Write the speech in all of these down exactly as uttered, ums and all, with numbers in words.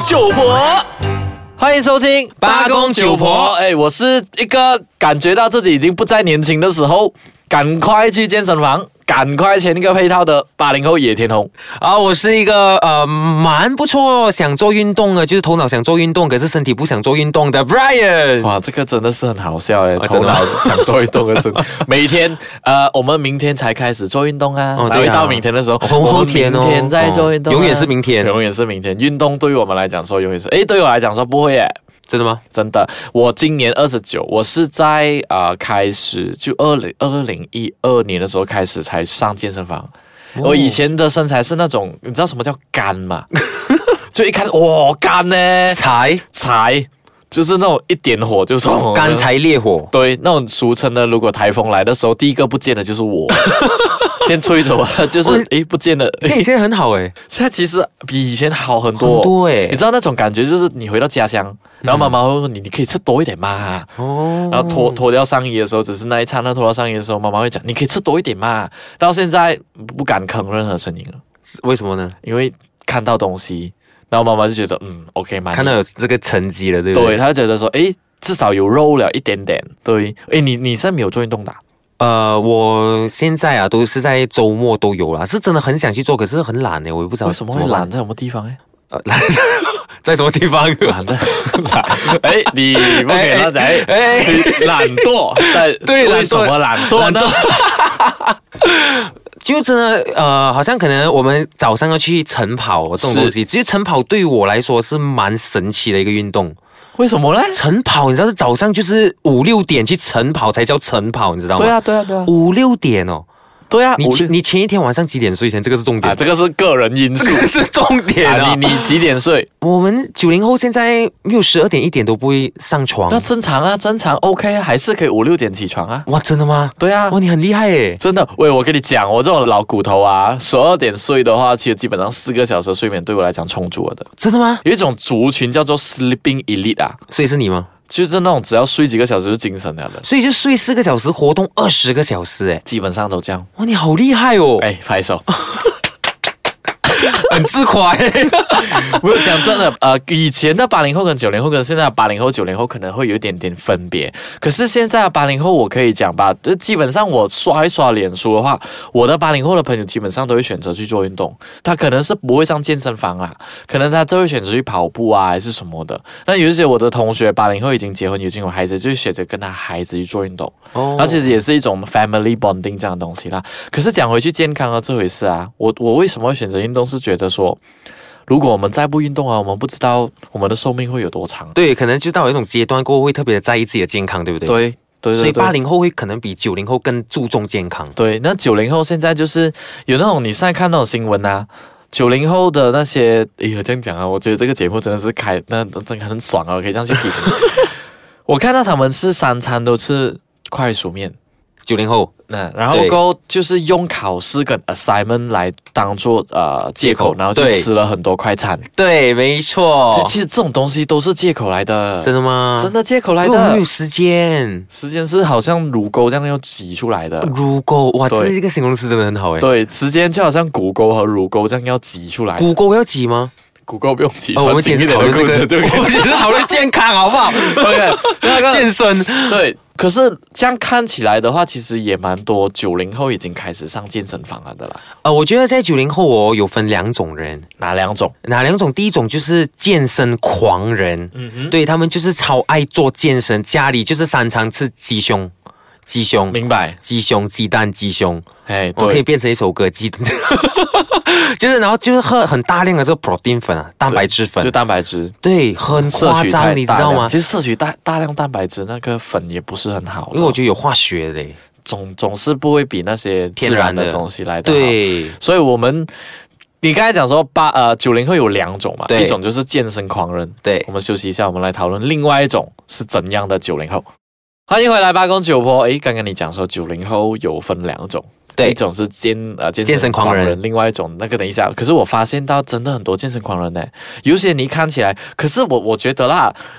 九婆，欢迎收听八公九婆。 哎，我是一个感觉到自己已经不再年轻的时候，赶快去健身房，赶快签一个配套的八零后野田红啊！我是一个呃蛮不错，想做运动的，就是头脑想做运动，可是身体不想做运动的 Brian。 哇，这个真的是很好笑哎！ 啊、 头脑想做运动的身体，每天呃，我们明天才开始做运动啊，哦、对啊，到明天的时候， 后后天哦， 明天再做运动、啊哦，永远是明天， 永远是明天。运动对于我们来讲说永远是，哎，对我来讲说不会耶。 真的吗？ 真的，我今年二十九，我是在啊、呃、开始就二零二零一二年的时候开始才上健身房。哦、我以前的身材是那种，你知道什么叫干吗？就一看哇干呢， 柴柴。就是那种一点火就冲， 干柴烈火。 对，那种俗称的，如果台风来的时候，第一个不见的就是我，先吹走了，就是诶不见了。 这现在很好诶， 现在其实比以前好很多， 很多诶。 你知道那种感觉，就是你回到家乡，然后妈妈会说你，你可以吃多一点嘛。哦。然后脱脱掉上衣的时候，只是那一刹那脱掉上衣的时候，妈妈会讲你可以吃多一点嘛。到现在不敢吭任何声音了， 为什么呢？ 因为看到东西。然后妈妈就觉得，嗯 ，OK， 蛮看到有这个成绩了，对不对？ 对，她就觉得说，诶，至少有肉了一点点。对，诶，你你现在没有做运动的、啊？ 呃，我现在啊，都是在周末都有啦，是真的很想去做，可是很懒呢，我也不知道为什么会懒在什么地方诶？ 呃，懒在什么地方？ 懒在懒，哎，你不可以乱讲，哎，懒惰在对， 为什么懒惰呢？ 就真的呃，好像可能我们早上要去晨跑这种东西，其实晨跑对我来说是蛮神奇的一个运动。 为什么呢？ 晨跑，你知道是早上就是五六点去晨跑才叫晨跑，你知道吗？ 对啊，对啊，对啊， 五六点哦。 对啊， 你前你前一天晚上几点睡前？这个是重点啊，这个是个人因素， 这个是重点啊！ 你你几点睡？ 我们九零后现在没有十二点一点都不会上床， 那正常啊，正常 OK 啊，还是可以五六点起床啊。 哇，真的吗？ 对啊， 哇，你很厉害耶！ 真的，喂，我跟你讲，我这种老骨头啊，十二点睡的话，其实基本上四个小时的睡眠对我来讲充足了的。 真的吗？ 有一种族群叫做 sleeping elite 啊， 所以是你吗？ 就是那种只要睡几个小时就精神了的， 所以就睡四个小时，活动二十个小时，哎， 基本上都这样。 哇，你好厉害哦！ 哎，拍手。 很自夸欸。 我讲真的，呃，以前的八零后跟九零后跟现在的八零后、九零后可能会有一点点分别。可是现在的八零后，我可以讲吧，就基本上我刷一刷脸书的话，我的八零后的朋友基本上都会选择去做运动。他可能是不会上健身房啊，可能他就会选择去跑步啊，还是什么的。那有一些我的同学八零后已经结婚，已经有孩子，就选择跟他孩子去做运动。哦，然后其实也是一种 family bonding 这样的东西啦。可是讲回去健康啊这回事啊，我我为什么会选择运动？是觉得说，如果我们再不运动啊，我们不知道我们的寿命会有多长。 对，可能就到一种阶段过后，会特别的在意自己的健康，对不对？ 对。对对对， 所以八零后会可能比九零后更注重健康。 对，那九零后现在就是有那种你现在看那种新闻啊，九零后的那些，哎呀这样讲啊，我觉得这个节目真的是开，那真的很爽啊，我可以这样去批评。我看到他们吃三餐都吃快熟面。 九零后， 那然后过后就是用考试跟 assignment 来当做呃借口，然后就吃了很多快餐。 对，没错。 其实这种东西都是借口来的。 真的吗？ 真的借口来的。 因为我没有时间， 时间是好像乳沟这样要挤出来的。 乳沟，哇，这一个形容词真的很好哎。 对，时间就好像骨沟和乳沟这样要挤出来。 骨沟要挤吗？ 骨沟不用挤。 哦，我们今天是讨论这个，我们今天是讨论健康，好不好 ？OK， 那个健身。 对。可是这样看起来的话，其实也蛮多九零后已经开始上健身房了的啦。 呃，我觉得在九零后哦，有分两种人， 哪两种？ 哪两种？第一种就是健身狂人，嗯哼，对他们就是超爱做健身，家里就是三餐吃鸡胸。鸡胸， 明白？ 鸡胸、鸡蛋、鸡胸， 哎， 我可以变成一首歌，鸡，就是然后就是喝很大量的这个 protein 粉啊，蛋白质粉， 就蛋白质， 对，很夸张，你知道吗？ 其实摄取大大量蛋白质，那个粉也不是很好， 因为我觉得有化学的， 总总是不会比那些自然的东西来的好。 对， 所以我们。你刚才讲说八呃九零后有两种嘛，一种就是健身狂人， 对， 我们休息一下，我们来讨论另外一种是怎样的九零后。欢迎回来八公九婆。诶，刚刚你讲说九零后有分两种， 对， 一种是健呃健身狂人， 狂人另外一种那个等一下。可是我发现到真的很多健身狂人呢，有些你看起来，可是我我觉得啦，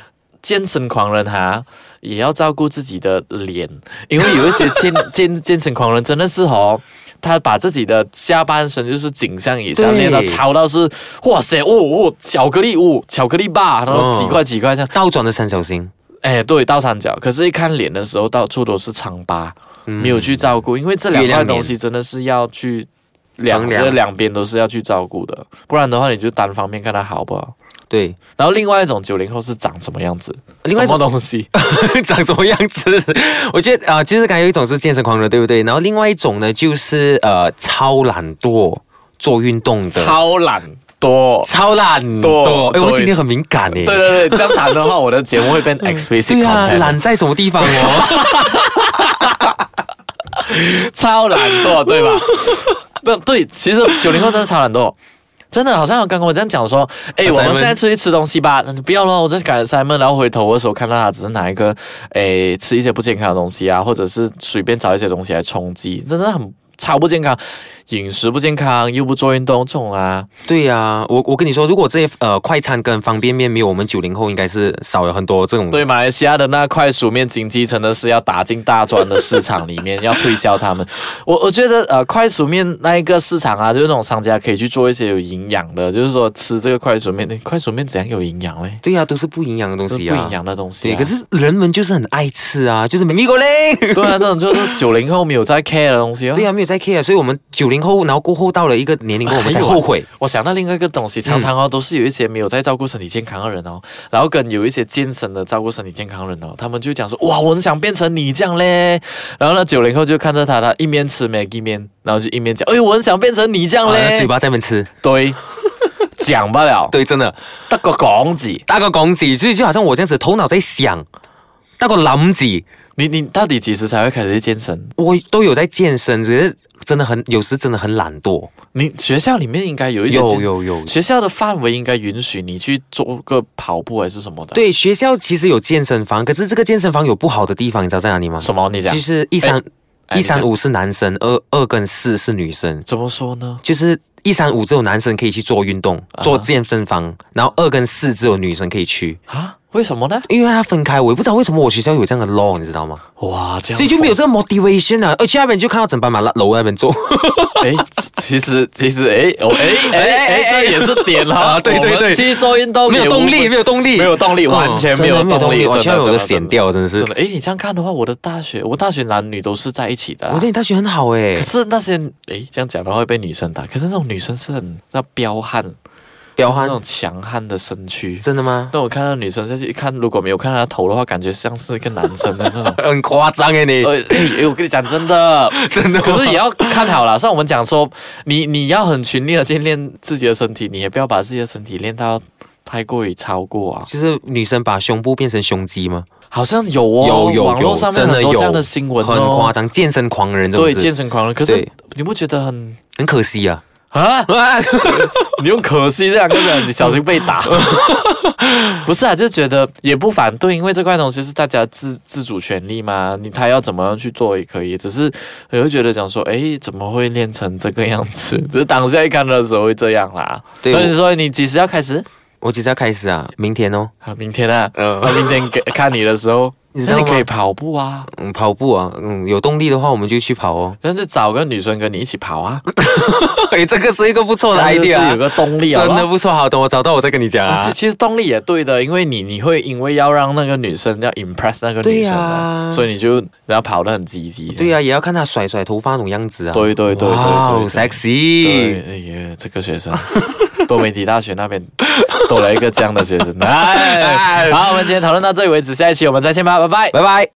健身狂人哈，也要照顾自己的脸，因为有一些健健健身狂人真的是哦。他把自己的下半身就是颈项以上练到超到是哇塞哦哦巧克力哦巧克力吧，然后几块几块这样倒转的三角形， 哎对倒三角，可是一看脸的时候到处都是疮疤，嗯、没有去照顾，因为这两块东西真的是要去两个两边都是要去照顾的，不然的话你就单方面看它好不好？ 对， 然后另外一种九零后是长什么样子？另外一种什么东西长什么样子？我觉得啊、呃，就是刚才有一种是健身狂人，对不对？然后另外一种呢，就是呃超懒惰做运动的， 超懒惰， 超懒惰。哎，我们今天很敏感哎。 对对对，这样谈的话，我的节目会变 explicit。对啊，懒在什么地方哦？ 超懒惰，对吧？对对，其实九零后真的超懒惰。真的好像刚刚我这样讲说，哎，我们现在出去吃东西吧，不要了，我在赶 assignment， 然后回头的时候看到他只是拿一个，哎，吃一些不健康的东西啊，或者是随便找一些东西来充饥，真的很超不健康，饮食不健康，又不做运动，这种啊。 对呀、啊，我我跟你说，如果这些呃快餐跟方便面没有我们九零后，应该是少了很多这种。 对，马来西亚的那快熟面经济真的是要打进大专的市场里面，要推销他们。我我觉得呃快熟面那一个市场啊，就是那种商家可以去做一些有营养的，就是说吃这个快熟面，快熟面怎样有营养嘞？ 对呀、啊，都是不营养的东西啊， 不营养的东西、啊。 对，可是人们就是很爱吃啊，就是米果嘞。 对啊，这种就是九零后没有在 care 的东西哦。 对啊，没有在 care， 所以我们九零后，然后过后到了一个年龄后，我们才后悔。 我想到另外一个东西，常常哦、嗯、都是有一些没有在照顾身体健康的人哦，然后跟有一些健身的照顾身体健康的人哦，他们就讲说哇，我很想变成你这样嘞。然后呢，九零后就看着他，他一面吃 Maggi 面，然后就一面讲，哎，我很想变成你这样嘞， 啊、嘴巴在那边吃， 对，讲不了， 对，真的得個講字， 得個講字，所以就好像我這樣子頭腦在想，得個諗字。 你你到底幾時才會開始去健身？ 我都有在健身，只是真的很有時真的很懶惰。 你學校裡面應該有一些有有有， 學校的範圍應該允許你去做個跑步還是什麼的？ 對，學校其實有健身房，可是這個健身房有不好的地方，你知道在哪裡嗎？ 什麼？你講？ 就是一三一三五是男生，二二跟四是女生。 怎麼說呢？ 就是一三五只有男生可以去做運動，做健身房，然後二跟四只有女生可以去。 啊？為什麼呢？ 因為它分開，我也不知道為什麼我學校有這樣的 law， 你知道嗎？ 哇，這樣， 所以就沒有這個 motivation 啊！而去那邊就看到整班馬樓那邊做。 哎，其實其實哎哦哎哎哎，這也是點哈、啊！ 對對對， 去做運動沒有動力，沒有動力， 沒有動力，完全沒有動力， 我現在有個閃掉，真的是。 真的，哎，你這樣看的話，我的大學，我大學男女都是在一起的。 我覺得你大學很好哎， 可是那些哎這樣講的話會被女生打，可是那種女生是很那彪悍。彪悍那種強悍的身軀， 真的嗎？ 那我看到女生下去一看，如果沒有看到她頭的話，感覺像是一個男生的那種， 很誇張哎你。 哎哎，我跟你講真的， 真的。 可是也要看好了，像我們講說，你你要很群力的去練自己的身體，你也不要把自己的身體練到太過於超過啊。 就是女生把胸部變成胸肌嗎？ 好像有哦， 有有網絡上面很多這樣的新聞、哦， 很誇張，健身狂人， 對，健身狂人。可是你不覺得很很可惜啊？ 啊！你用可惜這兩個字，你小心被打。不是啊，就覺得也不反對，因為這塊東西是大家自自主權利嘛，你他要怎麼樣去做也可以。只是我會覺得講說，誒，怎麼會練成這個樣子？只是當下一看的時候會這樣啦。對，所以說你幾時要開始？ 我幾時要開始啊？明天哦。 好，明天啊。嗯。那明天看你的時候。那你可以跑步啊， 嗯，跑步啊，嗯，有動力的話我們就去跑哦。 那就找個女生跟你一起跑啊。 誒，這個是一個不錯的 idea， 是有個動力啊， 真的不錯。好，等我找到我再跟你講啊。 啊其實動力也對的，因為你你會因為要讓那個女生要 impress 那個女生啊，所以你就要跑得很積極。 對啊，也要看她甩甩頭髮那種樣子啊。 對對對對對， 好 sexy。 對，哎呀，這個學生，多媒體大學那邊多了一個這樣的學生。哎，好，我們今天討論到這裡為止，下一期我們再見吧，拜拜， 拜拜。